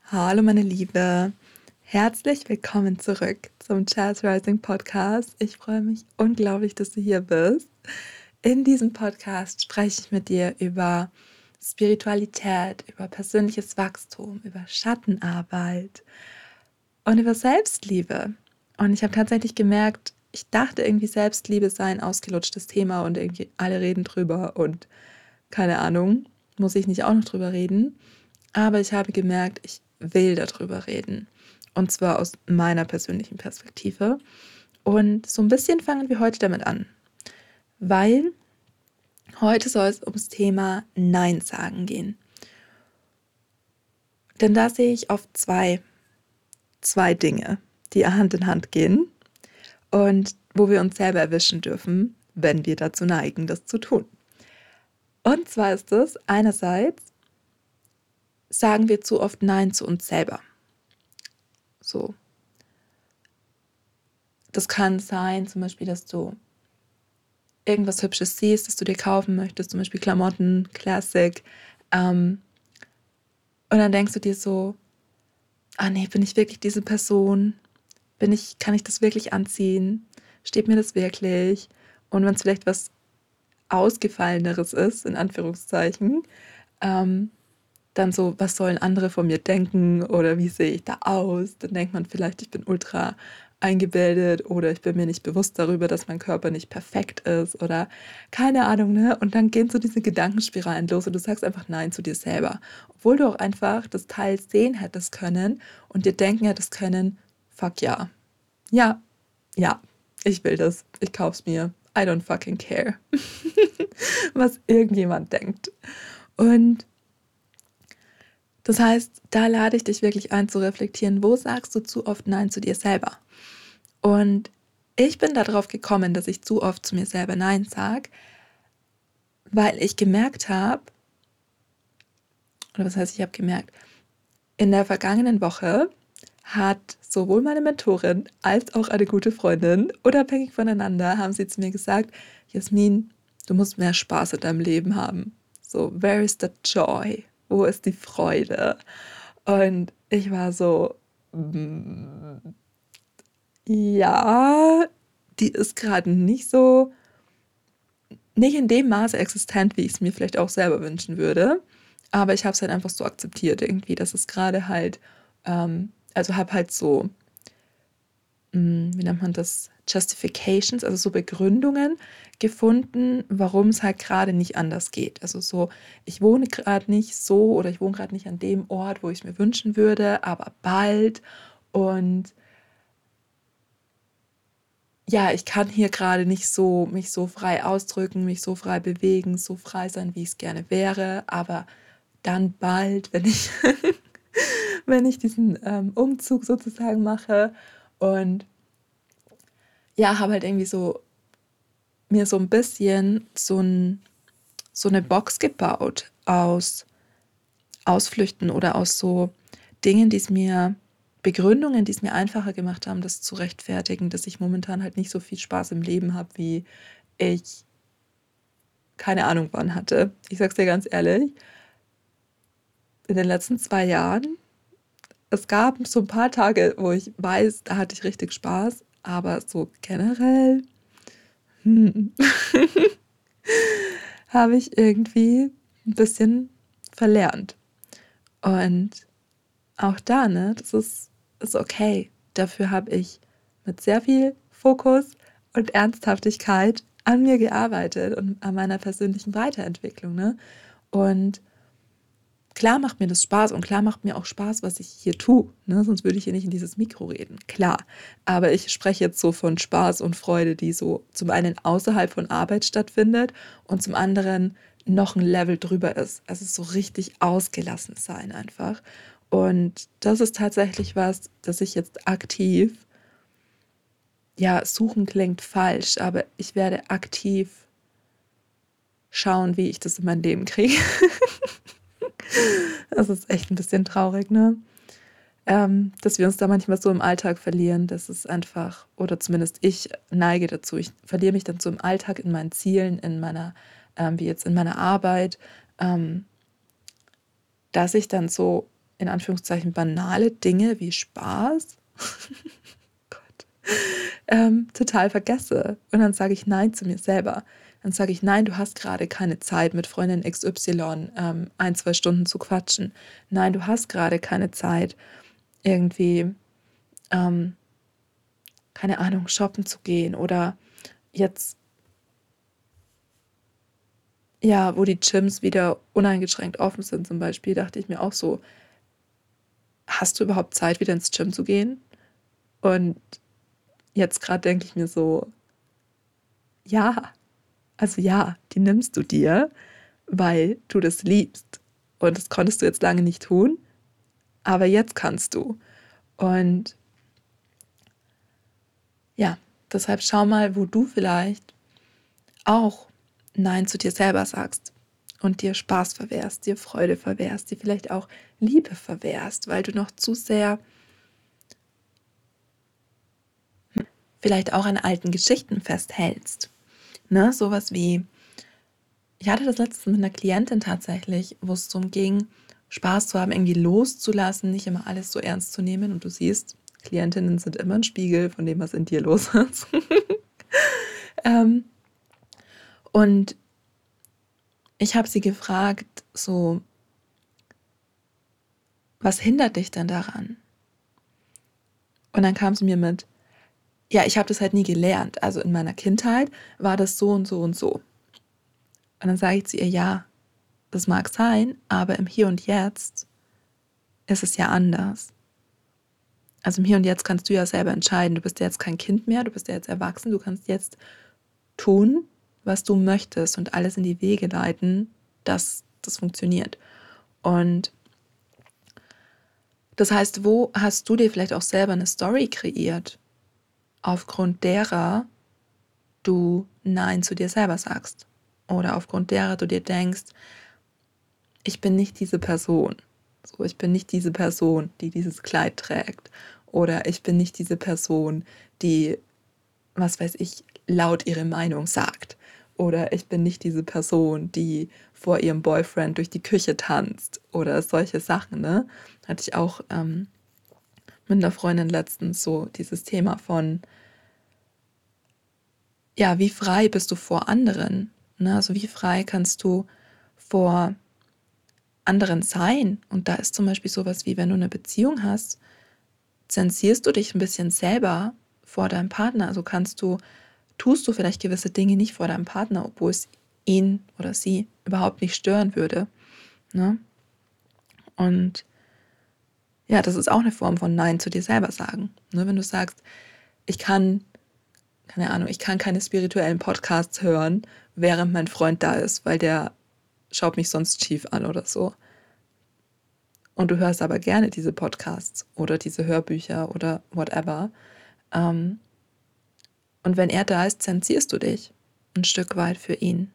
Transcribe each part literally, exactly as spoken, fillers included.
Hallo meine Liebe, herzlich willkommen zurück zum Jazz Rising Podcast. Ich freue mich unglaublich, dass du hier bist. In diesem Podcast spreche ich mit dir über Spiritualität, über persönliches Wachstum, über Schattenarbeit und über Selbstliebe. Und ich habe tatsächlich gemerkt, ich dachte irgendwie Selbstliebe sei ein ausgelutschtes Thema und irgendwie alle reden drüber und keine Ahnung, muss ich nicht auch noch drüber reden. Aber ich habe gemerkt, ich will darüber reden. Und zwar aus meiner persönlichen Perspektive. Und so ein bisschen fangen wir heute damit an. Weil heute soll es ums Thema Nein sagen gehen. Denn da sehe ich oft zwei, zwei Dinge, die Hand in Hand gehen und wo wir uns selber erwischen dürfen, wenn wir dazu neigen, das zu tun. Und zwar ist es einerseits, sagen wir zu oft Nein zu uns selber. So. Das kann sein, zum Beispiel, dass du irgendwas Hübsches siehst, das du dir kaufen möchtest, zum Beispiel Klamotten, Classic. Ähm, und dann denkst du dir so, ah nee, bin ich wirklich diese Person? Bin ich, kann ich das wirklich anziehen? Steht mir das wirklich? Und wenn es vielleicht was Ausgefalleneres ist, in Anführungszeichen, ähm, dann so, was sollen andere von mir denken oder wie sehe ich da aus? Dann denkt man vielleicht, ich bin ultra eingebildet oder ich bin mir nicht bewusst darüber, dass mein Körper nicht perfekt ist oder keine Ahnung, ne? Und dann gehen so diese Gedankenspiralen los und du sagst einfach Nein zu dir selber. Obwohl du auch einfach das Teil sehen hättest können und dir denken hättest können, fuck ja. Ja, ja, ich will das. Ich kauf's mir. I don't fucking care. Was irgendjemand denkt. Und das heißt, da lade ich dich wirklich ein zu reflektieren, wo sagst du zu oft Nein zu dir selber? Und ich bin darauf gekommen, dass ich zu oft zu mir selber Nein sage, weil ich gemerkt habe, oder was heißt, ich habe gemerkt, in der vergangenen Woche hat sowohl meine Mentorin als auch eine gute Freundin, unabhängig voneinander, haben sie zu mir gesagt, Jasmin, du musst mehr Spaß in deinem Leben haben. So, where is the joy? Wo ist die Freude? Und ich war so, mm, ja, die ist gerade nicht so, nicht in dem Maße existent, wie ich es mir vielleicht auch selber wünschen würde. Aber ich habe es halt einfach so akzeptiert irgendwie, dass es gerade halt, ähm, also habe halt so, mh, wie nennt man das, Justifications, also so Begründungen gefunden, warum es halt gerade nicht anders geht. Also so, ich wohne gerade nicht so oder ich wohne gerade nicht an dem Ort, wo ich es mir wünschen würde, aber bald. Und ja, ich kann hier gerade nicht so mich so frei ausdrücken, mich so frei bewegen, so frei sein, wie ich es gerne wäre, aber dann bald, wenn ich, wenn ich diesen ähm, Umzug sozusagen mache und ja, habe halt irgendwie so mir so ein bisschen so, ein, so eine Box gebaut aus Ausflüchten oder aus so Dingen, die es mir, Begründungen, die es mir einfacher gemacht haben, das zu rechtfertigen, dass ich momentan halt nicht so viel Spaß im Leben habe, wie ich keine Ahnung wann hatte. Ich sag's dir ganz ehrlich, in den letzten zwei Jahren, es gab so ein paar Tage, wo ich weiß, da hatte ich richtig Spaß, aber so generell hm, habe ich irgendwie ein bisschen verlernt. Und auch da, ne, das ist, ist okay. Dafür habe ich mit sehr viel Fokus und Ernsthaftigkeit an mir gearbeitet und an meiner persönlichen Weiterentwicklung, ne? Und klar macht mir das Spaß und klar macht mir auch Spaß, was ich hier tue, ne? Sonst würde ich hier nicht in dieses Mikro reden, klar. Aber ich spreche jetzt so von Spaß und Freude, die so zum einen außerhalb von Arbeit stattfindet und zum anderen noch ein Level drüber ist. Also so richtig ausgelassen sein einfach. Und das ist tatsächlich was, das ich jetzt aktiv, ja, suchen klingt falsch, aber ich werde aktiv schauen, wie ich das in mein Leben kriege. Das ist echt ein bisschen traurig, ne? Ähm, dass wir uns da manchmal so im Alltag verlieren. Das ist einfach, oder zumindest ich neige dazu. Ich verliere mich dann so im Alltag, in meinen Zielen, in meiner, ähm, wie jetzt in meiner Arbeit, ähm, dass ich dann so in Anführungszeichen banale Dinge wie Spaß Gott, ähm, total vergesse. Und dann sage ich Nein zu mir selber. Dann sage ich, nein, du hast gerade keine Zeit, mit Freundin X Y ähm, ein, zwei Stunden zu quatschen. Nein, du hast gerade keine Zeit, irgendwie, ähm, keine Ahnung, shoppen zu gehen. Oder jetzt, ja, wo die Gyms wieder uneingeschränkt offen sind zum Beispiel, dachte ich mir auch so, hast du überhaupt Zeit, wieder ins Gym zu gehen? Und jetzt gerade denke ich mir so, ja, also ja, die nimmst du dir, weil du das liebst. Und das konntest du jetzt lange nicht tun, aber jetzt kannst du. Und ja, deshalb schau mal, wo du vielleicht auch Nein zu dir selber sagst und dir Spaß verwehrst, dir Freude verwehrst, dir vielleicht auch Liebe verwehrst, weil du noch zu sehr vielleicht auch an alten Geschichten festhältst. Ne? Sowas wie, ich hatte das letztens mit einer Klientin tatsächlich, wo es darum ging, Spaß zu haben, irgendwie loszulassen, nicht immer alles so ernst zu nehmen. Und du siehst, Klientinnen sind immer ein Spiegel von dem, was in dir los ist. ähm, und ich habe sie gefragt, so, was hindert dich denn daran? Und dann kam sie mir mit, ja, ich habe das halt nie gelernt. Also in meiner Kindheit war das so und so und so. Und dann sage ich zu ihr, ja, das mag sein, aber im Hier und Jetzt ist es ja anders. Also im Hier und Jetzt kannst du ja selber entscheiden. Du bist ja jetzt kein Kind mehr, du bist ja jetzt erwachsen. Du kannst jetzt tun, was du möchtest und alles in die Wege leiten, dass das funktioniert. Und das heißt, wo hast du dir vielleicht auch selber eine Story kreiert, aufgrund derer du Nein zu dir selber sagst? Oder aufgrund derer du dir denkst, ich bin nicht diese Person. So, ich bin nicht diese Person, die dieses Kleid trägt. Oder ich bin nicht diese Person, die, was weiß ich, laut ihre Meinung sagt. Oder ich bin nicht diese Person, die vor ihrem Boyfriend durch die Küche tanzt. Oder solche Sachen, ne? Hatte ich auch ähm, mit einer Freundin letztens so dieses Thema von, ja, wie frei bist du vor anderen? Ne? Also wie frei kannst du vor anderen sein? Und da ist zum Beispiel sowas wie, wenn du eine Beziehung hast, zensierst du dich ein bisschen selber vor deinem Partner. Also kannst du, tust du vielleicht gewisse Dinge nicht vor deinem Partner, obwohl es ihn oder sie überhaupt nicht stören würde. Ne? Und ja, das ist auch eine Form von Nein zu dir selber sagen. Ne? Wenn du sagst, ich kann, keine Ahnung, ich kann keine spirituellen Podcasts hören, während mein Freund da ist, weil der schaut mich sonst schief an oder so. Und du hörst aber gerne diese Podcasts oder diese Hörbücher oder whatever. Ähm, und wenn er da ist, zensierst du dich ein Stück weit für ihn.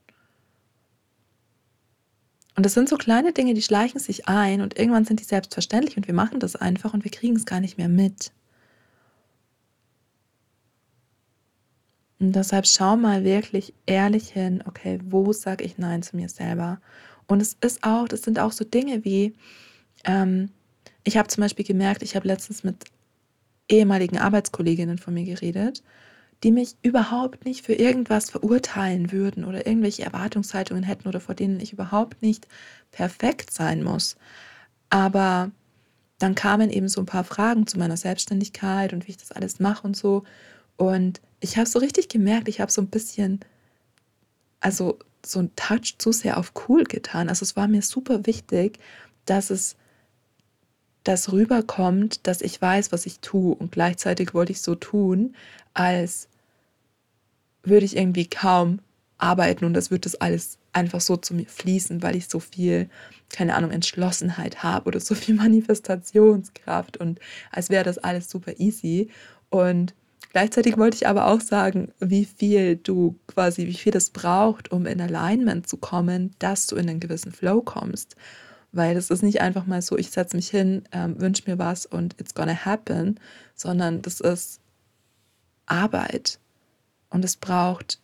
Und das sind so kleine Dinge, die schleichen sich ein und irgendwann sind die selbstverständlich und wir machen das einfach und wir kriegen es gar nicht mehr mit. Und deshalb schau mal wirklich ehrlich hin, okay, wo sage ich Nein zu mir selber? Und es ist auch, das sind auch so Dinge wie, ähm, ich habe zum Beispiel gemerkt, ich habe letztens mit ehemaligen Arbeitskolleginnen von mir geredet, die mich überhaupt nicht für irgendwas verurteilen würden oder irgendwelche Erwartungshaltungen hätten oder vor denen ich überhaupt nicht perfekt sein muss. Aber dann kamen eben so ein paar Fragen zu meiner Selbstständigkeit und wie ich das alles mache und so. Und ich habe so richtig gemerkt, ich habe so ein bisschen, also so ein Touch zu sehr auf cool getan. Also es war mir super wichtig, dass es das rüberkommt, dass ich weiß, was ich tue. Und gleichzeitig wollte ich so tun, als würde ich irgendwie kaum arbeiten und das wird das alles einfach so zu mir fließen, weil ich so viel, keine Ahnung, Entschlossenheit habe oder so viel Manifestationskraft und als wäre das alles super easy. Und gleichzeitig wollte ich aber auch sagen, wie viel du quasi, wie viel das braucht, um in Alignment zu kommen, dass du in einen gewissen Flow kommst. Weil das ist nicht einfach mal so, ich setze mich hin, ähm, wünsche mir was und it's gonna happen, sondern das ist Arbeit. Und es braucht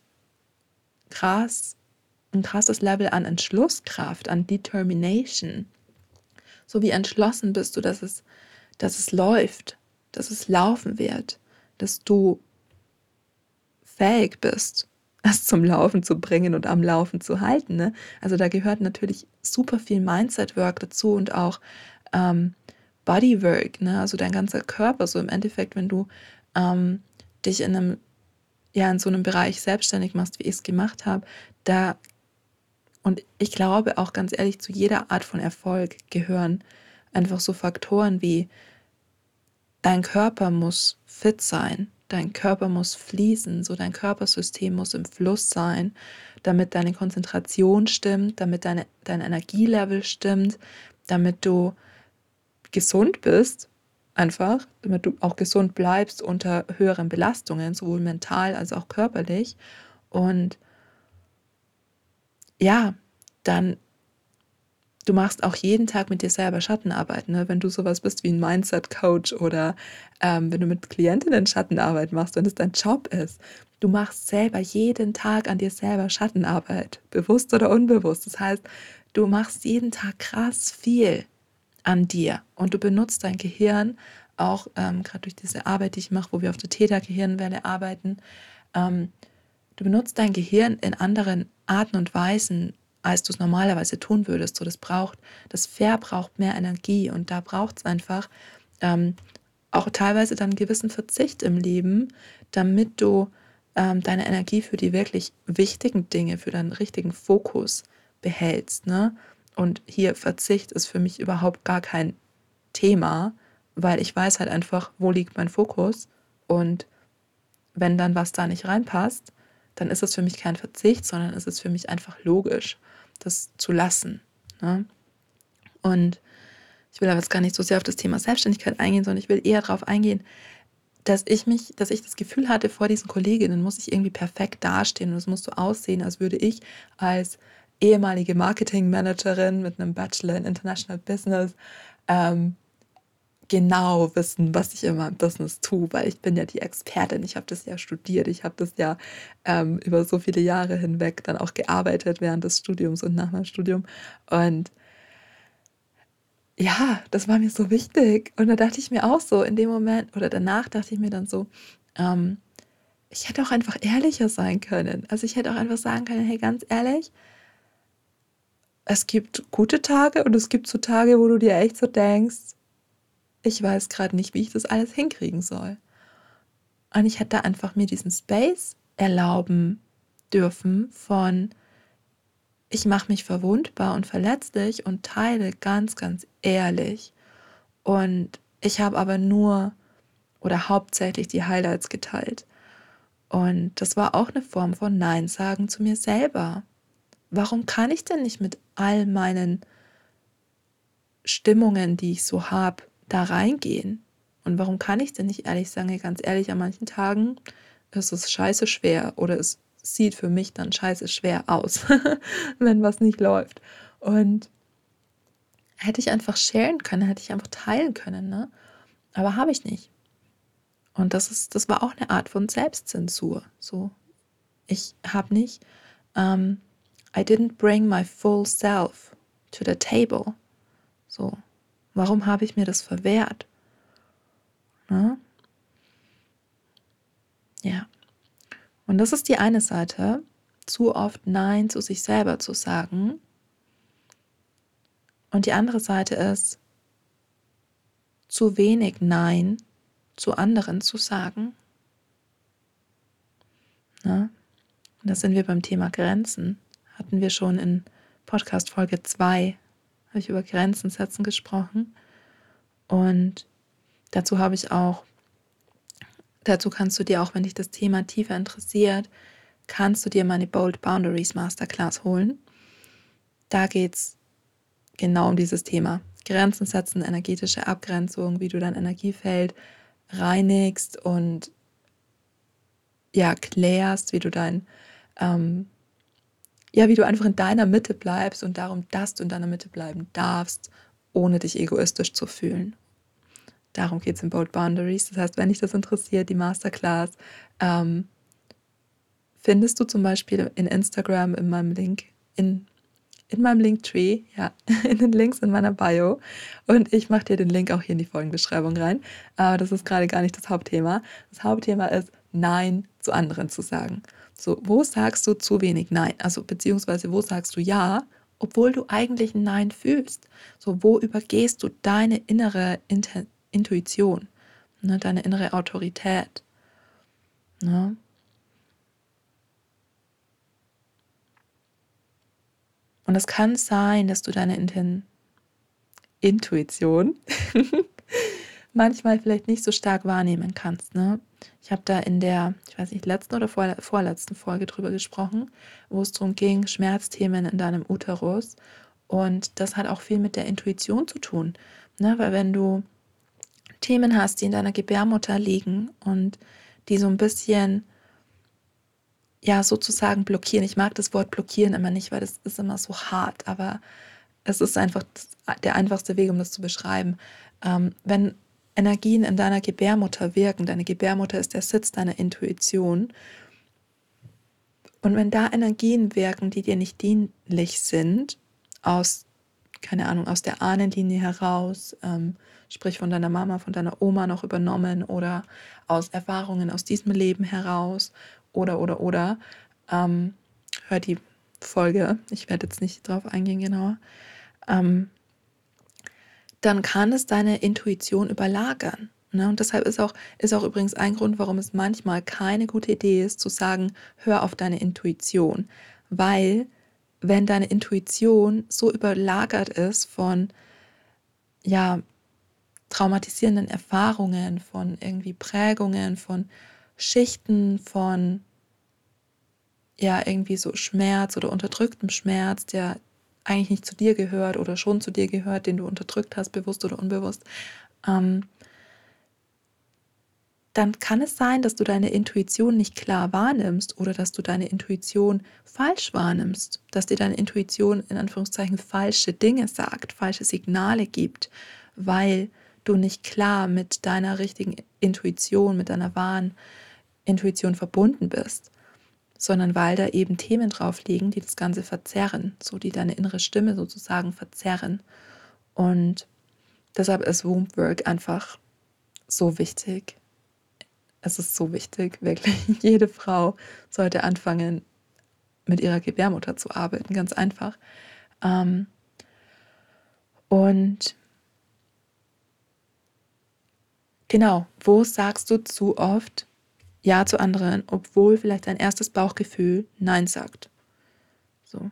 krass, ein krasses Level an Entschlusskraft, an Determination. So wie entschlossen bist du, dass es, dass es läuft, dass es laufen wird, dass du fähig bist, es zum Laufen zu bringen und am Laufen zu halten. Ne? Also da gehört natürlich super viel Mindset-Work dazu und auch ähm, Bodywork, ne? Also dein ganzer Körper. So im Endeffekt, wenn du ähm, dich in einem, ja, in so einem Bereich selbstständig machst, wie ich es gemacht habe, da, und ich glaube auch ganz ehrlich, zu jeder Art von Erfolg gehören einfach so Faktoren wie dein Körper muss fit sein, dein Körper muss fließen, so dein Körpersystem muss im Fluss sein, damit deine Konzentration stimmt, damit deine, dein Energielevel stimmt, damit du gesund bist, einfach, damit du auch gesund bleibst unter höheren Belastungen, sowohl mental als auch körperlich. Und ja, dann du machst auch jeden Tag mit dir selber Schattenarbeit, ne? Wenn du sowas bist wie ein Mindset-Coach oder ähm, wenn du mit Klientinnen Schattenarbeit machst, wenn es dein Job ist. Du machst selber jeden Tag an dir selber Schattenarbeit, bewusst oder unbewusst. Das heißt, du machst jeden Tag krass viel an dir und du benutzt dein Gehirn auch ähm, gerade durch diese Arbeit, die ich mache, wo wir auf der Theta-Gehirnwelle arbeiten. Ähm, du benutzt dein Gehirn in anderen Arten und Weisen, als du es normalerweise tun würdest. So, das braucht, das verbraucht mehr Energie und da braucht es einfach ähm, auch teilweise dann einen gewissen Verzicht im Leben, damit du ähm, deine Energie für die wirklich wichtigen Dinge, für deinen richtigen Fokus behältst. Ne? Und hier Verzicht ist für mich überhaupt gar kein Thema, weil ich weiß halt einfach, wo liegt mein Fokus und wenn dann was da nicht reinpasst, dann ist es für mich kein Verzicht, sondern es ist für mich einfach logisch, das zu lassen. Ne? Und ich will aber jetzt gar nicht so sehr auf das Thema Selbstständigkeit eingehen, sondern ich will eher darauf eingehen, dass ich mich, dass ich das Gefühl hatte, vor diesen Kolleginnen muss ich irgendwie perfekt dastehen und es muss so aussehen, als würde ich als ehemalige Marketingmanagerin mit einem Bachelor in International Business ähm, genau wissen, was ich in meinem Business tue, weil ich bin ja die Expertin, ich habe das ja studiert, ich habe das ja ähm, über so viele Jahre hinweg dann auch gearbeitet während des Studiums und nach meinem Studium und ja, das war mir so wichtig und da dachte ich mir auch so in dem Moment oder danach dachte ich mir dann so, ähm, ich hätte auch einfach ehrlicher sein können, also ich hätte auch einfach sagen können, hey, ganz ehrlich, es gibt gute Tage und es gibt so Tage, wo du dir echt so denkst, ich weiß gerade nicht, wie ich das alles hinkriegen soll. Und ich hätte einfach mir diesen Space erlauben dürfen von, ich mache mich verwundbar und verletzlich und teile ganz, ganz ehrlich. Und ich habe aber nur oder hauptsächlich die Highlights geteilt. Und das war auch eine Form von Nein sagen zu mir selber. Warum kann ich denn nicht mit all meinen Stimmungen, die ich so habe, da reingehen? Und warum kann ich denn nicht ehrlich sagen, ganz ehrlich, an manchen Tagen ist es scheiße schwer oder es sieht für mich dann scheiße schwer aus, wenn was nicht läuft. Und hätte ich einfach sharen können, hätte ich einfach teilen können, ne? Aber habe ich nicht. Und das ist, das war auch eine Art von Selbstzensur. So, ich habe nicht, um, I didn't bring my full self to the table. So, warum habe ich mir das verwehrt? Ne? Ja. Und das ist die eine Seite, zu oft Nein zu sich selber zu sagen. Und die andere Seite ist, zu wenig Nein zu anderen zu sagen. Ne? Und da sind wir beim Thema Grenzen. Hatten wir schon in Podcast Folge zwei, habe ich über Grenzen setzen gesprochen. Und dazu habe ich auch, dazu kannst du dir auch, wenn dich das Thema tiefer interessiert, kannst du dir meine Bold Boundaries Masterclass holen. Da geht es genau um dieses Thema. Grenzen setzen, energetische Abgrenzung, wie du dein Energiefeld reinigst und ja, klärst, wie du dein, ähm, ja, wie du einfach in deiner Mitte bleibst und darum, dass du in deiner Mitte bleiben darfst, ohne dich egoistisch zu fühlen. Darum geht es in Bold Boundaries. Das heißt, wenn dich das interessiert, die Masterclass, ähm, findest du zum Beispiel in Instagram in meinem Link in in meinem Linktree, ja, in den Links in meiner Bio. Und ich mache dir den Link auch hier in die Folgenbeschreibung rein. Aber das ist gerade gar nicht das Hauptthema. Das Hauptthema ist, Nein zu anderen zu sagen. So, wo sagst du zu wenig Nein? Also, beziehungsweise, wo sagst du Ja, obwohl du eigentlich ein Nein fühlst? So, wo übergehst du deine innere Inter- Intuition, ne, deine innere Autorität? Ne? Und es kann sein, dass du deine Inten Intuition manchmal vielleicht nicht so stark wahrnehmen kannst. Ne? Ich habe da in der, ich weiß nicht, letzten oder vor, vorletzten Folge drüber gesprochen, wo es darum ging, Schmerzthemen in deinem Uterus. Und das hat auch viel mit der Intuition zu tun. Ne? Weil wenn du Themen hast, die in deiner Gebärmutter liegen und die so ein bisschen, ja, sozusagen blockieren. Ich mag das Wort blockieren immer nicht, weil das ist immer so hart, aber es ist einfach der einfachste Weg, um das zu beschreiben. Ähm, wenn Energien in deiner Gebärmutter wirken, deine Gebärmutter ist der Sitz deiner Intuition, und wenn da Energien wirken, die dir nicht dienlich sind, aus, keine Ahnung, aus der Ahnenlinie heraus, ähm, sprich von deiner Mama, von deiner Oma noch übernommen oder aus Erfahrungen aus diesem Leben heraus oder, oder, oder, ähm, hör die Folge, ich werde jetzt nicht drauf eingehen genauer, ähm, dann kann es deine Intuition überlagern. Ne? Und deshalb ist auch, ist auch übrigens ein Grund, warum es manchmal keine gute Idee ist, zu sagen, hör auf deine Intuition. Weil, wenn deine Intuition so überlagert ist von, ja, traumatisierenden Erfahrungen, von irgendwie Prägungen, von Schichten, von, ja, irgendwie so Schmerz oder unterdrücktem Schmerz, der eigentlich nicht zu dir gehört oder schon zu dir gehört, den du unterdrückt hast, bewusst oder unbewusst, ähm, dann kann es sein, dass du deine Intuition nicht klar wahrnimmst oder dass du deine Intuition falsch wahrnimmst, dass dir deine Intuition in Anführungszeichen falsche Dinge sagt, falsche Signale gibt, weil du nicht klar mit deiner richtigen Intuition, mit deiner wahren Intuition verbunden bist, sondern weil da eben Themen drauf liegen, die das Ganze verzerren, so die deine innere Stimme sozusagen verzerren. Und deshalb ist Womb Work einfach so wichtig. Es ist so wichtig, wirklich. Jede Frau sollte anfangen, mit ihrer Gebärmutter zu arbeiten, ganz einfach. Ähm, und genau, wo sagst du zu oft Ja zu anderen, obwohl vielleicht dein erstes Bauchgefühl Nein sagt? So.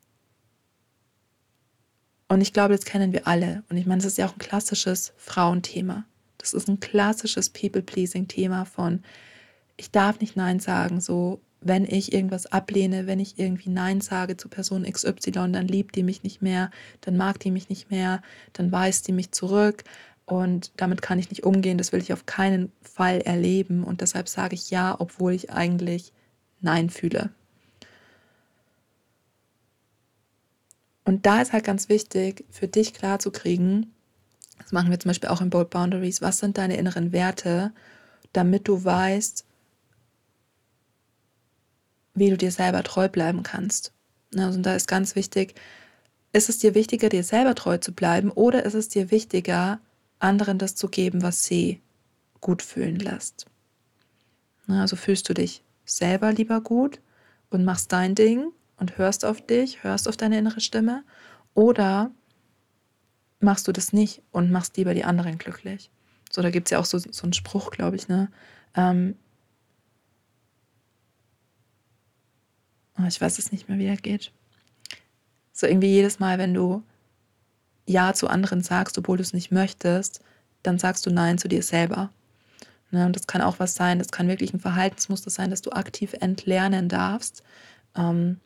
Und ich glaube, das kennen wir alle. Und ich meine, das ist ja auch ein klassisches Frauenthema. Das ist ein klassisches People-Pleasing-Thema von, ich darf nicht Nein sagen, so, wenn ich irgendwas ablehne, wenn ich irgendwie Nein sage zu Person X Y, dann liebt die mich nicht mehr, dann mag die mich nicht mehr, dann weist die mich zurück und damit kann ich nicht umgehen, das will ich auf keinen Fall erleben und deshalb sage ich Ja, obwohl ich eigentlich Nein fühle. Und da ist halt ganz wichtig, für dich klarzukriegen, das machen wir zum Beispiel auch in Bold Boundaries, was sind deine inneren Werte, damit du weißt, wie du dir selber treu bleiben kannst. Also da ist ganz wichtig, ist es dir wichtiger, dir selber treu zu bleiben oder ist es dir wichtiger, anderen das zu geben, was sie gut fühlen lässt? Also fühlst du dich selber lieber gut und machst dein Ding und hörst auf dich, hörst auf deine innere Stimme oder machst du das nicht und machst lieber die anderen glücklich? So, da gibt es ja auch so, so einen Spruch, glaube ich, ne? Ähm, ich weiß es nicht mehr, wie er geht. So irgendwie jedes Mal, wenn du Ja zu anderen sagst, obwohl du es nicht möchtest, dann sagst du Nein zu dir selber. Ne? Und das kann auch was sein, das kann wirklich ein Verhaltensmuster sein, das du aktiv entlernen darfst, ähm,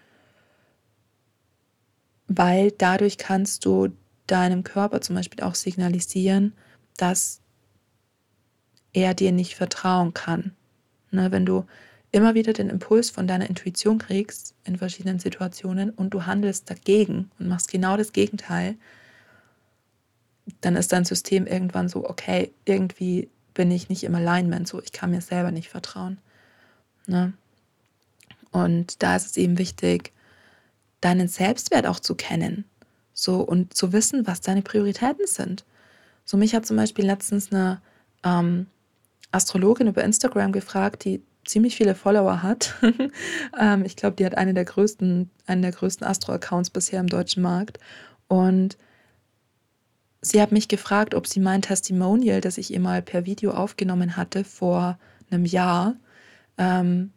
weil dadurch kannst du deinem Körper zum Beispiel auch signalisieren, dass er dir nicht vertrauen kann. Ne? Wenn du immer wieder den Impuls von deiner Intuition kriegst in verschiedenen Situationen und du handelst dagegen und machst genau das Gegenteil, dann ist dein System irgendwann so, okay, irgendwie bin ich nicht im Alignment, so ich kann mir selber nicht vertrauen. Ne? Und da ist es eben wichtig, deinen Selbstwert auch zu kennen, so, und zu wissen, was deine Prioritäten sind. So, mich hat zum Beispiel letztens eine ähm, Astrologin über Instagram gefragt, die ziemlich viele Follower hat. ähm, ich glaube, die hat eine der größten, einen der größten Astro-Accounts bisher im deutschen Markt. Und sie hat mich gefragt, ob sie mein Testimonial, das ich ihr mal per Video aufgenommen hatte vor einem Jahr, ähm,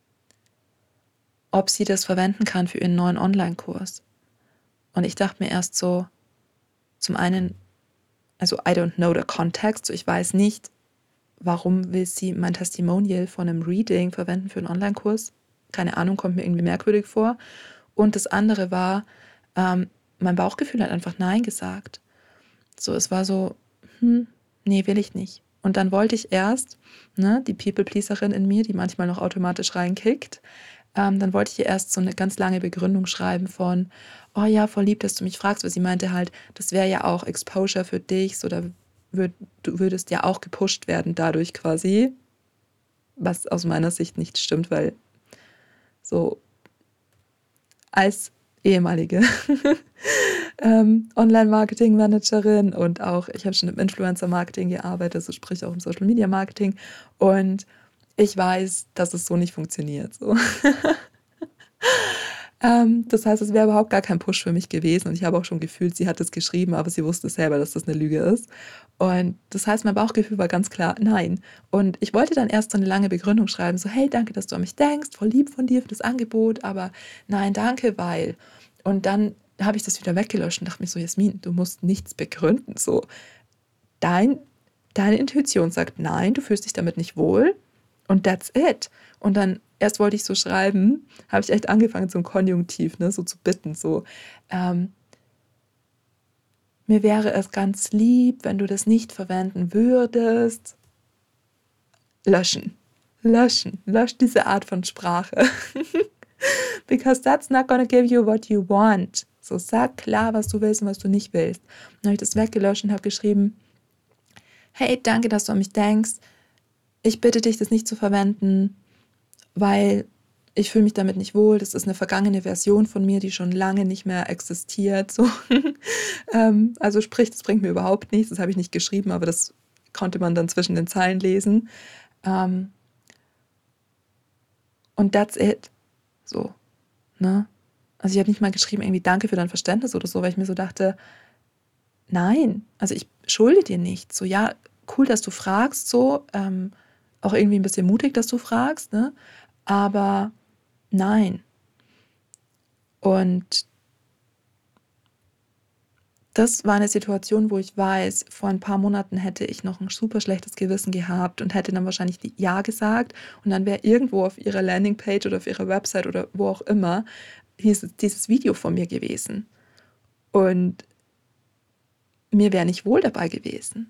ob sie das verwenden kann für ihren neuen Online-Kurs. Und ich dachte mir erst so, zum einen, also I don't know the context, so ich weiß nicht, warum will sie mein Testimonial von einem Reading verwenden für einen Online-Kurs? Keine Ahnung, kommt mir irgendwie merkwürdig vor. Und das andere war, ähm, mein Bauchgefühl hat einfach Nein gesagt. So, es war so, hm, nee, will ich nicht. Und dann wollte ich erst, ne, die People-Pleaserin in mir, die manchmal noch automatisch reinkickt, ähm, dann wollte ich ihr erst so eine ganz lange Begründung schreiben von, oh ja, voll lieb, dass du mich fragst, weil sie meinte halt, das wäre ja auch Exposure für dich, so da würd, du würdest ja auch gepusht werden dadurch quasi, was aus meiner Sicht nicht stimmt, weil so als ehemalige ähm, Online-Marketing-Managerin und auch, ich habe schon im Influencer-Marketing gearbeitet, also sprich auch im Social-Media-Marketing, und ich weiß, dass es so nicht funktioniert. So. ähm, das heißt, es wäre überhaupt gar kein Push für mich gewesen und ich habe auch schon gefühlt, sie hat es geschrieben, aber sie wusste selber, dass das eine Lüge ist. Und das heißt, mein Bauchgefühl war ganz klar, nein. Und ich wollte dann erst so eine lange Begründung schreiben, so, hey, danke, dass du an mich denkst, voll lieb von dir für das Angebot, aber nein, danke, weil. Und dann habe ich das wieder weggelöscht und dachte mir so, Jasmin, du musst nichts begründen. So, dein, deine Intuition sagt nein, du fühlst dich damit nicht wohl und that's it. Und dann erst wollte ich so schreiben, habe ich echt angefangen zum Konjunktiv, ne, so zu bitten, so, ähm, mir wäre es ganz lieb, wenn du das nicht verwenden würdest. Löschen. Löschen. Lösch diese Art von Sprache. Because that's not gonna give you what you want. So, sag klar, was du willst und was du nicht willst. Dann habe ich das weggelöscht und habe geschrieben, hey, danke, dass du an mich denkst. Ich bitte dich, das nicht zu verwenden, weil ich fühle mich damit nicht wohl. Das ist eine vergangene Version von mir, die schon lange nicht mehr existiert. So. ähm, also sprich, das bringt mir überhaupt nichts. Das habe ich nicht geschrieben, aber das konnte man dann zwischen den Zeilen lesen. Ähm, und that's it. So, ne? Also ich habe nicht mal geschrieben, irgendwie danke für dein Verständnis oder so, weil ich mir so dachte, nein, also ich schulde dir nichts. So, ja, cool, dass du fragst, so, ähm, auch irgendwie ein bisschen mutig, dass du fragst, ne? Aber nein. Und das war eine Situation, wo ich weiß, vor ein paar Monaten hätte ich noch ein super schlechtes Gewissen gehabt und hätte dann wahrscheinlich Ja gesagt und dann wäre irgendwo auf ihrer Landingpage oder auf ihrer Website oder wo auch immer dieses Video von mir gewesen. Und mir wäre nicht wohl dabei gewesen.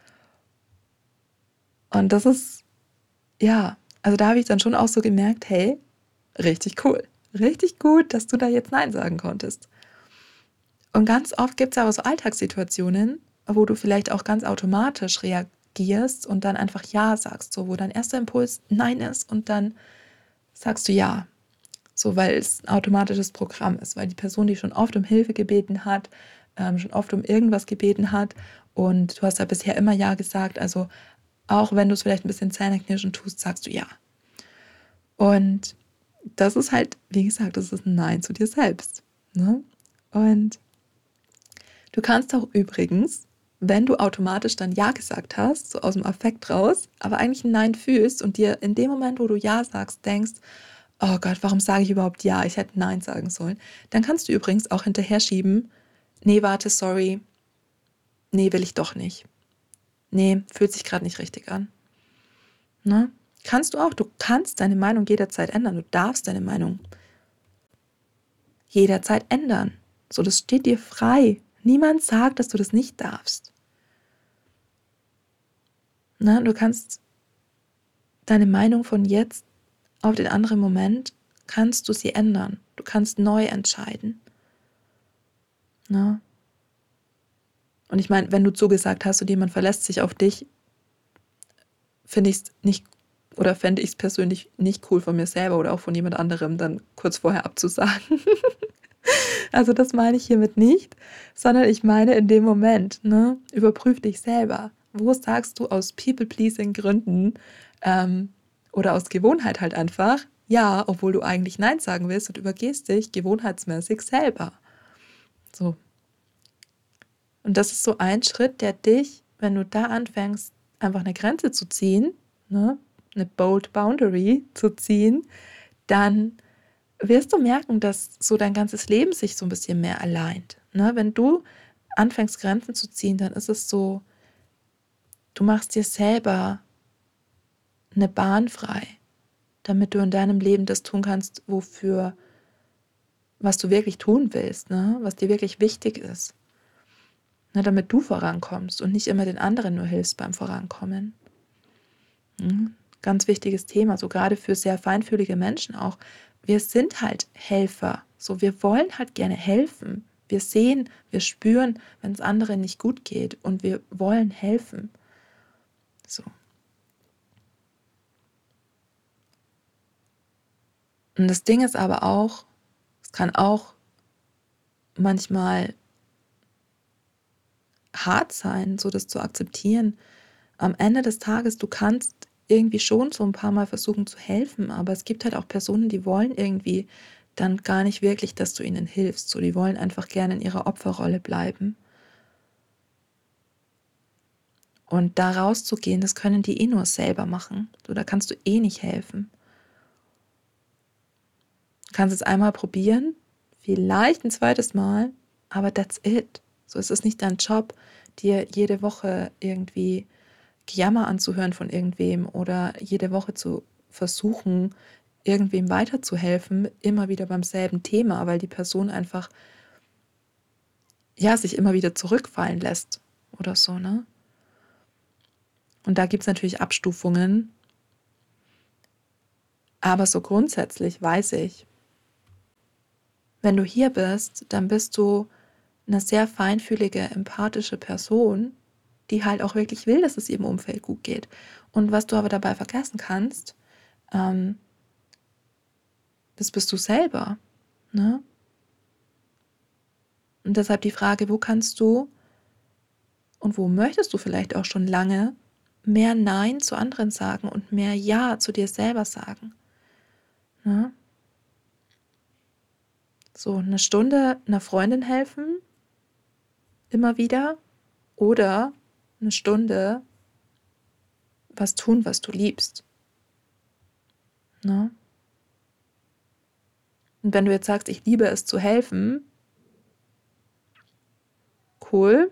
Und das ist, ja, also da habe ich dann schon auch so gemerkt, hey, richtig cool, richtig gut, dass du da jetzt Nein sagen konntest. Und ganz oft gibt es aber so Alltagssituationen, wo du vielleicht auch ganz automatisch reagierst und dann einfach Ja sagst, so, wo dein erster Impuls Nein ist und dann sagst du Ja, so, weil es ein automatisches Programm ist, weil die Person, die schon oft um Hilfe gebeten hat, ähm, schon oft um irgendwas gebeten hat und du hast ja bisher immer Ja gesagt, also auch wenn du es vielleicht ein bisschen zähneknirschend tust, sagst du Ja. Und das ist halt, wie gesagt, das ist ein Nein zu dir selbst. Ne? Und du kannst auch übrigens, wenn du automatisch dann Ja gesagt hast, so aus dem Affekt raus, aber eigentlich ein Nein fühlst und dir in dem Moment, wo du Ja sagst, denkst, oh Gott, warum sage ich überhaupt Ja? Ich hätte Nein sagen sollen. Dann kannst du übrigens auch hinterher schieben, nee, warte, sorry, nee, will ich doch nicht. Nee, fühlt sich gerade nicht richtig an. Ne? Kannst du auch, du kannst deine Meinung jederzeit ändern, du darfst deine Meinung jederzeit ändern. So, das steht dir frei. Niemand sagt, dass du das nicht darfst. Ne? Du kannst deine Meinung von jetzt auf den anderen Moment, kannst du sie ändern. Du kannst neu entscheiden. Ne? Und ich meine, wenn du zugesagt hast und jemand verlässt sich auf dich, finde ich es nicht oder fände ich es persönlich nicht cool von mir selber oder auch von jemand anderem, dann kurz vorher abzusagen. Also das meine ich hiermit nicht, sondern ich meine in dem Moment, ne, überprüf dich selber. Wo sagst du aus People-Pleasing-Gründen ähm, oder aus Gewohnheit halt einfach, ja, obwohl du eigentlich Nein sagen willst und übergehst dich gewohnheitsmäßig selber. So. Und das ist so ein Schritt, der dich, wenn du da anfängst, einfach eine Grenze zu ziehen, ne, eine bold boundary zu ziehen, dann wirst du merken, dass so dein ganzes Leben sich so ein bisschen mehr alignt. Ne? Wenn du anfängst, Grenzen zu ziehen, dann ist es so, du machst dir selber eine Bahn frei, damit du in deinem Leben das tun kannst, wofür, was du wirklich tun willst, ne? Was dir wirklich wichtig ist. Ne? Damit du vorankommst und nicht immer den anderen nur hilfst beim Vorankommen. Mhm. Ganz wichtiges Thema, so gerade für sehr feinfühlige Menschen auch. Wir sind halt Helfer. So, wir wollen halt gerne helfen. Wir sehen, wir spüren, wenn es anderen nicht gut geht und wir wollen helfen. So. Und das Ding ist aber auch, es kann auch manchmal hart sein, so das zu akzeptieren. Am Ende des Tages, du kannst irgendwie schon so ein paar Mal versuchen zu helfen, aber es gibt halt auch Personen, die wollen irgendwie dann gar nicht wirklich, dass du ihnen hilfst. So, die wollen einfach gerne in ihrer Opferrolle bleiben. Und da rauszugehen, das können die eh nur selber machen. So, da kannst du eh nicht helfen. Du kannst es einmal probieren, vielleicht ein zweites Mal, aber that's it. So, es ist nicht dein Job, dir jede Woche irgendwie Gejammer anzuhören von irgendwem oder jede Woche zu versuchen, irgendwem weiterzuhelfen, immer wieder beim selben Thema, weil die Person einfach ja sich immer wieder zurückfallen lässt oder so, ne? Und da gibt es natürlich Abstufungen, aber so grundsätzlich weiß ich, wenn du hier bist, dann bist du eine sehr feinfühlige, empathische Person, die halt auch wirklich will, dass es ihrem Umfeld gut geht. Und was du aber dabei vergessen kannst, ähm, das bist du selber, ne? Und deshalb die Frage, wo kannst du und wo möchtest du vielleicht auch schon lange mehr Nein zu anderen sagen und mehr Ja zu dir selber sagen? Ne? So eine Stunde einer Freundin helfen, immer wieder, oder eine Stunde was tun, was du liebst. Ne? Und wenn du jetzt sagst, ich liebe es zu helfen, cool.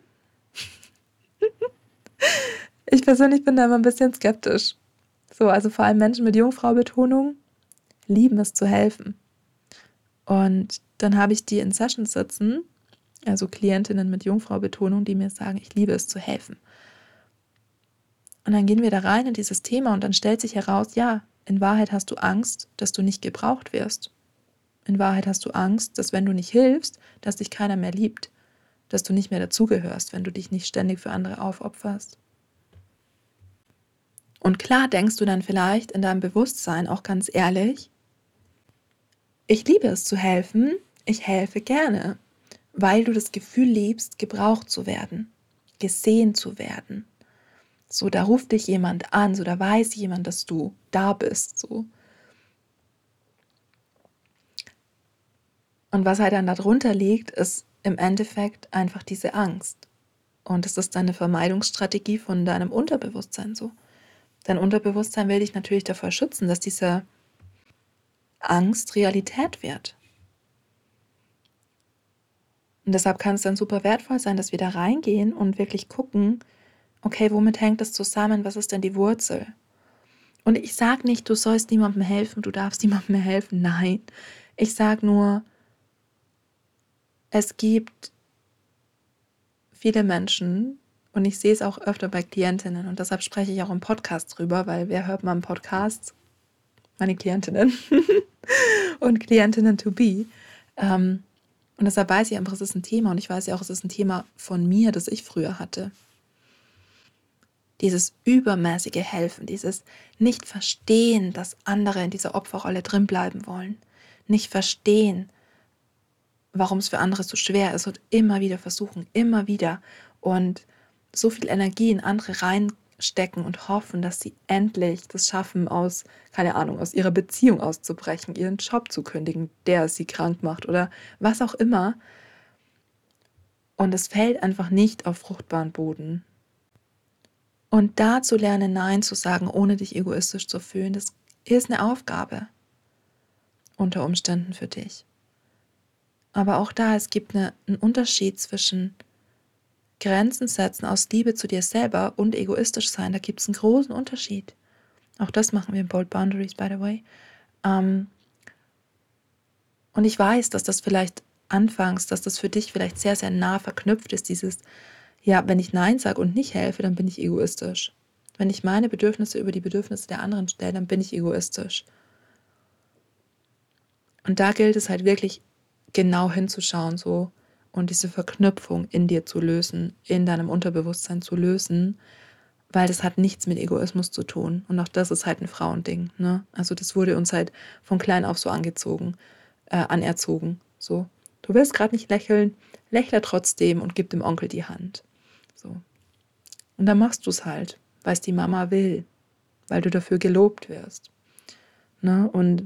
Ich persönlich bin da immer ein bisschen skeptisch. So, also vor allem Menschen mit Jungfrau-Betonung lieben es zu helfen. Und dann habe ich die in Sessions sitzen, also Klientinnen mit Jungfrau-Betonung, die mir sagen, ich liebe es zu helfen. Und dann gehen wir da rein in dieses Thema und dann stellt sich heraus, ja, in Wahrheit hast du Angst, dass du nicht gebraucht wirst. In Wahrheit hast du Angst, dass wenn du nicht hilfst, dass dich keiner mehr liebt, dass du nicht mehr dazugehörst, wenn du dich nicht ständig für andere aufopferst. Und klar denkst du dann vielleicht in deinem Bewusstsein auch ganz ehrlich, ich liebe es zu helfen, ich helfe gerne, weil du das Gefühl liebst, gebraucht zu werden, gesehen zu werden. So, da ruft dich jemand an, so, da weiß jemand, dass du da bist, so. Und was halt dann darunter liegt, ist im Endeffekt einfach diese Angst. Und es ist eine Vermeidungsstrategie von deinem Unterbewusstsein so. Dein Unterbewusstsein will dich natürlich davor schützen, dass diese Angst Realität wird. Und deshalb kann es dann super wertvoll sein, dass wir da reingehen und wirklich gucken, okay, womit hängt das zusammen? Was ist denn die Wurzel? Und ich sage nicht, du sollst niemandem helfen, du darfst niemandem mehr helfen. Nein, ich sage nur, es gibt viele Menschen und ich sehe es auch öfter bei Klientinnen und deshalb spreche ich auch im Podcast drüber, weil wer hört mal im Podcast? Meine Klientinnen und Klientinnen to be. Ähm, und deshalb weiß ich einfach, es ist ein Thema und ich weiß ja auch, es ist ein Thema von mir, das ich früher hatte. Dieses übermäßige Helfen, dieses nicht verstehen, dass andere in dieser Opferrolle drin bleiben wollen. Nicht verstehen, warum es für andere so schwer ist und immer wieder versuchen, immer wieder und so viel Energie in andere reinstecken und hoffen, dass sie endlich das schaffen, aus, keine Ahnung, aus ihrer Beziehung auszubrechen, ihren Job zu kündigen, der sie krank macht oder was auch immer. Und es fällt einfach nicht auf fruchtbaren Boden. Und da zu lernen, Nein zu sagen, ohne dich egoistisch zu fühlen, das ist eine Aufgabe unter Umständen für dich. Aber auch da, es gibt eine, einen Unterschied zwischen Grenzen setzen aus Liebe zu dir selber und egoistisch sein. Da gibt es einen großen Unterschied. Auch das machen wir in Bold Boundaries, by the way. Ähm, und ich weiß, dass das vielleicht anfangs, dass das für dich vielleicht sehr, sehr nah verknüpft ist, dieses, ja, wenn ich Nein sage und nicht helfe, dann bin ich egoistisch. Wenn ich meine Bedürfnisse über die Bedürfnisse der anderen stelle, dann bin ich egoistisch. Und da gilt es halt wirklich genau hinzuschauen so und diese Verknüpfung in dir zu lösen, in deinem Unterbewusstsein zu lösen, weil das hat nichts mit Egoismus zu tun. Und auch das ist halt ein Frauending. Ne? Also das wurde uns halt von klein auf so angezogen, äh, anerzogen. So, du willst gerade nicht lächeln, lächle trotzdem und gib dem Onkel die Hand. So. Und dann machst du es halt, weil es die Mama will, weil du dafür gelobt wirst. Ne? Und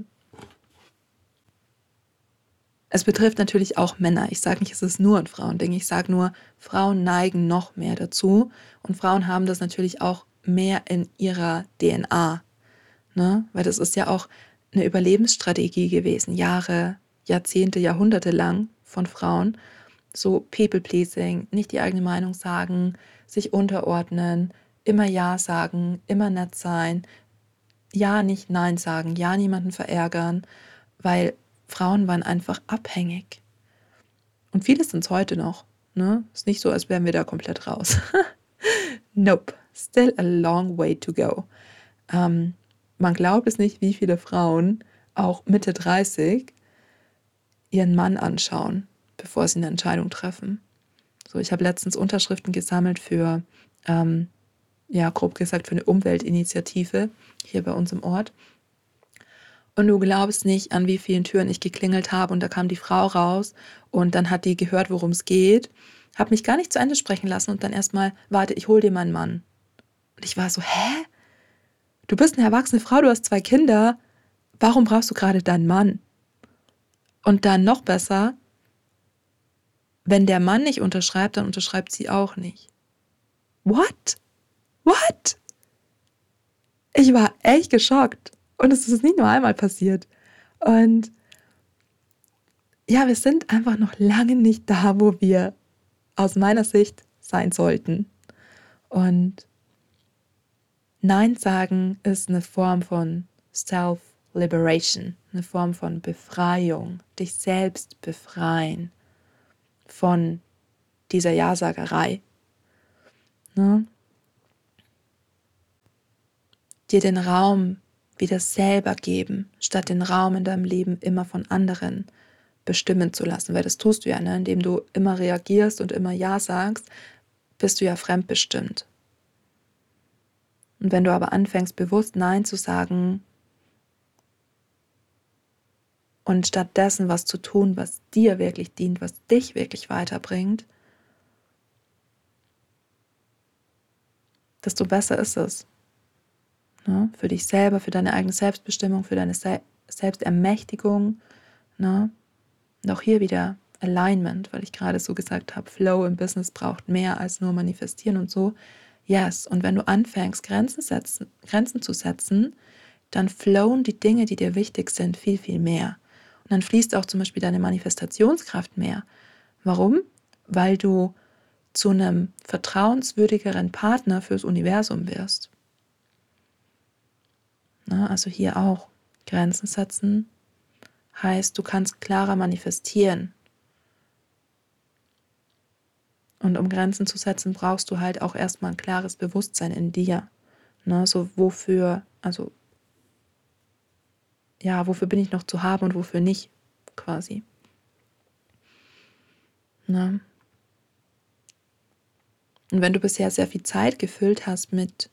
es betrifft natürlich auch Männer. Ich sage nicht, es ist nur ein Frauending. Ich sage nur, Frauen neigen noch mehr dazu. Und Frauen haben das natürlich auch mehr in ihrer D N A. Ne? Weil das ist ja auch eine Überlebensstrategie gewesen. Jahre, Jahrzehnte, Jahrhunderte lang von Frauen. So People-Pleasing, nicht die eigene Meinung sagen, sich unterordnen, immer Ja sagen, immer nett sein, ja nicht Nein sagen, ja niemanden verärgern, weil Frauen waren einfach abhängig. Und viele sind es heute noch. Ne? Ist nicht so, als wären wir da komplett raus. Nope, still a long way to go. Ähm, man glaubt es nicht, wie viele Frauen, auch Mitte dreißig, ihren Mann anschauen, bevor sie eine Entscheidung treffen. So, ich habe letztens Unterschriften gesammelt für, ähm, ja, grob gesagt, für eine Umweltinitiative hier bei uns im Ort. Und du glaubst nicht, an wie vielen Türen ich geklingelt habe. Und da kam die Frau raus und dann hat die gehört, worum es geht, hat mich gar nicht zu Ende sprechen lassen und dann erstmal, warte, ich hol dir meinen Mann. Und ich war so, hä? Du bist eine erwachsene Frau, du hast zwei Kinder. Warum brauchst du gerade deinen Mann? Und dann noch besser, wenn der Mann nicht unterschreibt, dann unterschreibt sie auch nicht. What? What? Ich war echt geschockt. Und es ist nicht nur einmal passiert. Und ja, wir sind einfach noch lange nicht da, wo wir aus meiner Sicht sein sollten. Und Nein sagen ist eine Form von Self-Liberation, eine Form von Befreiung, dich selbst befreien von dieser Ja-Sagerei. Ne? Dir den Raum wieder selber geben, statt den Raum in deinem Leben immer von anderen bestimmen zu lassen, weil das tust du ja, ne? Indem du immer reagierst und immer Ja sagst, bist du ja fremdbestimmt. Und wenn du aber anfängst, bewusst Nein zu sagen und stattdessen was zu tun, was dir wirklich dient, was dich wirklich weiterbringt, desto besser ist es. Ne? Für dich selber, für deine eigene Selbstbestimmung, für deine Se- Selbstermächtigung. Ne? Und auch hier wieder Alignment, weil ich gerade so gesagt habe, Flow im Business braucht mehr als nur manifestieren und so. Yes, und wenn du anfängst, Grenzen, setzen, Grenzen zu setzen, dann flowen die Dinge, die dir wichtig sind, viel, viel mehr. Und dann fließt auch zum Beispiel deine Manifestationskraft mehr. Warum? Weil du zu einem vertrauenswürdigeren Partner fürs Universum wirst. Na, also hier auch Grenzen setzen heißt, du kannst klarer manifestieren. Und um Grenzen zu setzen, brauchst du halt auch erstmal ein klares Bewusstsein in dir. Ne, so wofür, also ja, wofür bin ich noch zu haben und wofür nicht, quasi. Ne? Und wenn du bisher sehr viel Zeit gefüllt hast mit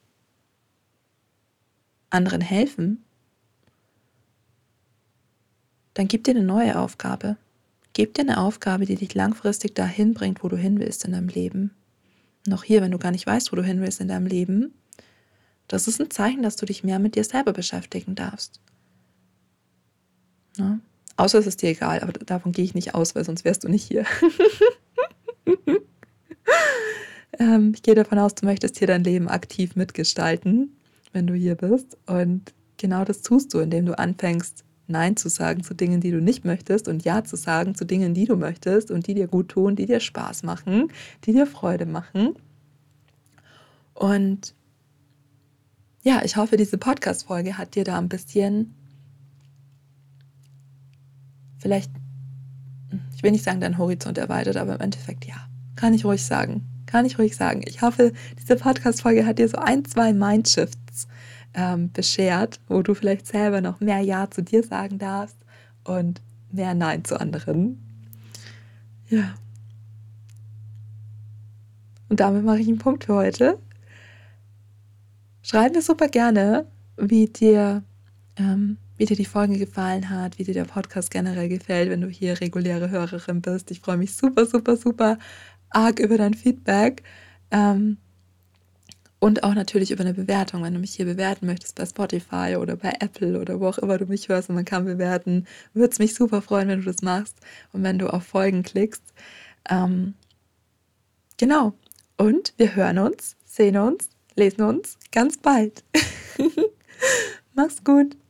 anderen helfen, dann gib dir eine neue Aufgabe. Gib dir eine Aufgabe, die dich langfristig dahin bringt, wo du hin willst in deinem Leben. Noch hier, wenn du gar nicht weißt, wo du hin willst in deinem Leben, das ist ein Zeichen, dass du dich mehr mit dir selber beschäftigen darfst. Ja? Außer es ist dir egal, aber davon gehe ich nicht aus, weil sonst wärst du nicht hier. ähm, ich gehe davon aus, du möchtest hier dein Leben aktiv mitgestalten, wenn du hier bist. Und genau das tust du, indem du anfängst, Nein zu sagen zu Dingen, die du nicht möchtest und Ja zu sagen zu Dingen, die du möchtest und die dir gut tun, die dir Spaß machen, die dir Freude machen. Und ja, ich hoffe, diese Podcast-Folge hat dir da ein bisschen, vielleicht, ich will nicht sagen, deinen Horizont erweitert, aber im Endeffekt ja, kann ich ruhig sagen. Kann ich ruhig sagen. Ich hoffe, diese Podcast-Folge hat dir so ein, zwei Mindshifts ähm, beschert, wo du vielleicht selber noch mehr Ja zu dir sagen darfst und mehr Nein zu anderen. Ja. Und damit mache ich einen Punkt für heute. Schreib mir super gerne, wie dir, ähm, wie dir die Folge gefallen hat, wie dir der Podcast generell gefällt, wenn du hier reguläre Hörerin bist. Ich freue mich super, super, super arg über dein Feedback. Ähm, und auch natürlich über eine Bewertung, wenn du mich hier bewerten möchtest bei Spotify oder bei Apple oder wo auch immer du mich hörst und man kann bewerten, würde es mich super freuen, wenn du das machst und wenn du auf Folgen klickst. Ähm, genau. Und wir hören uns, sehen uns, lesen uns ganz bald. Mach's gut.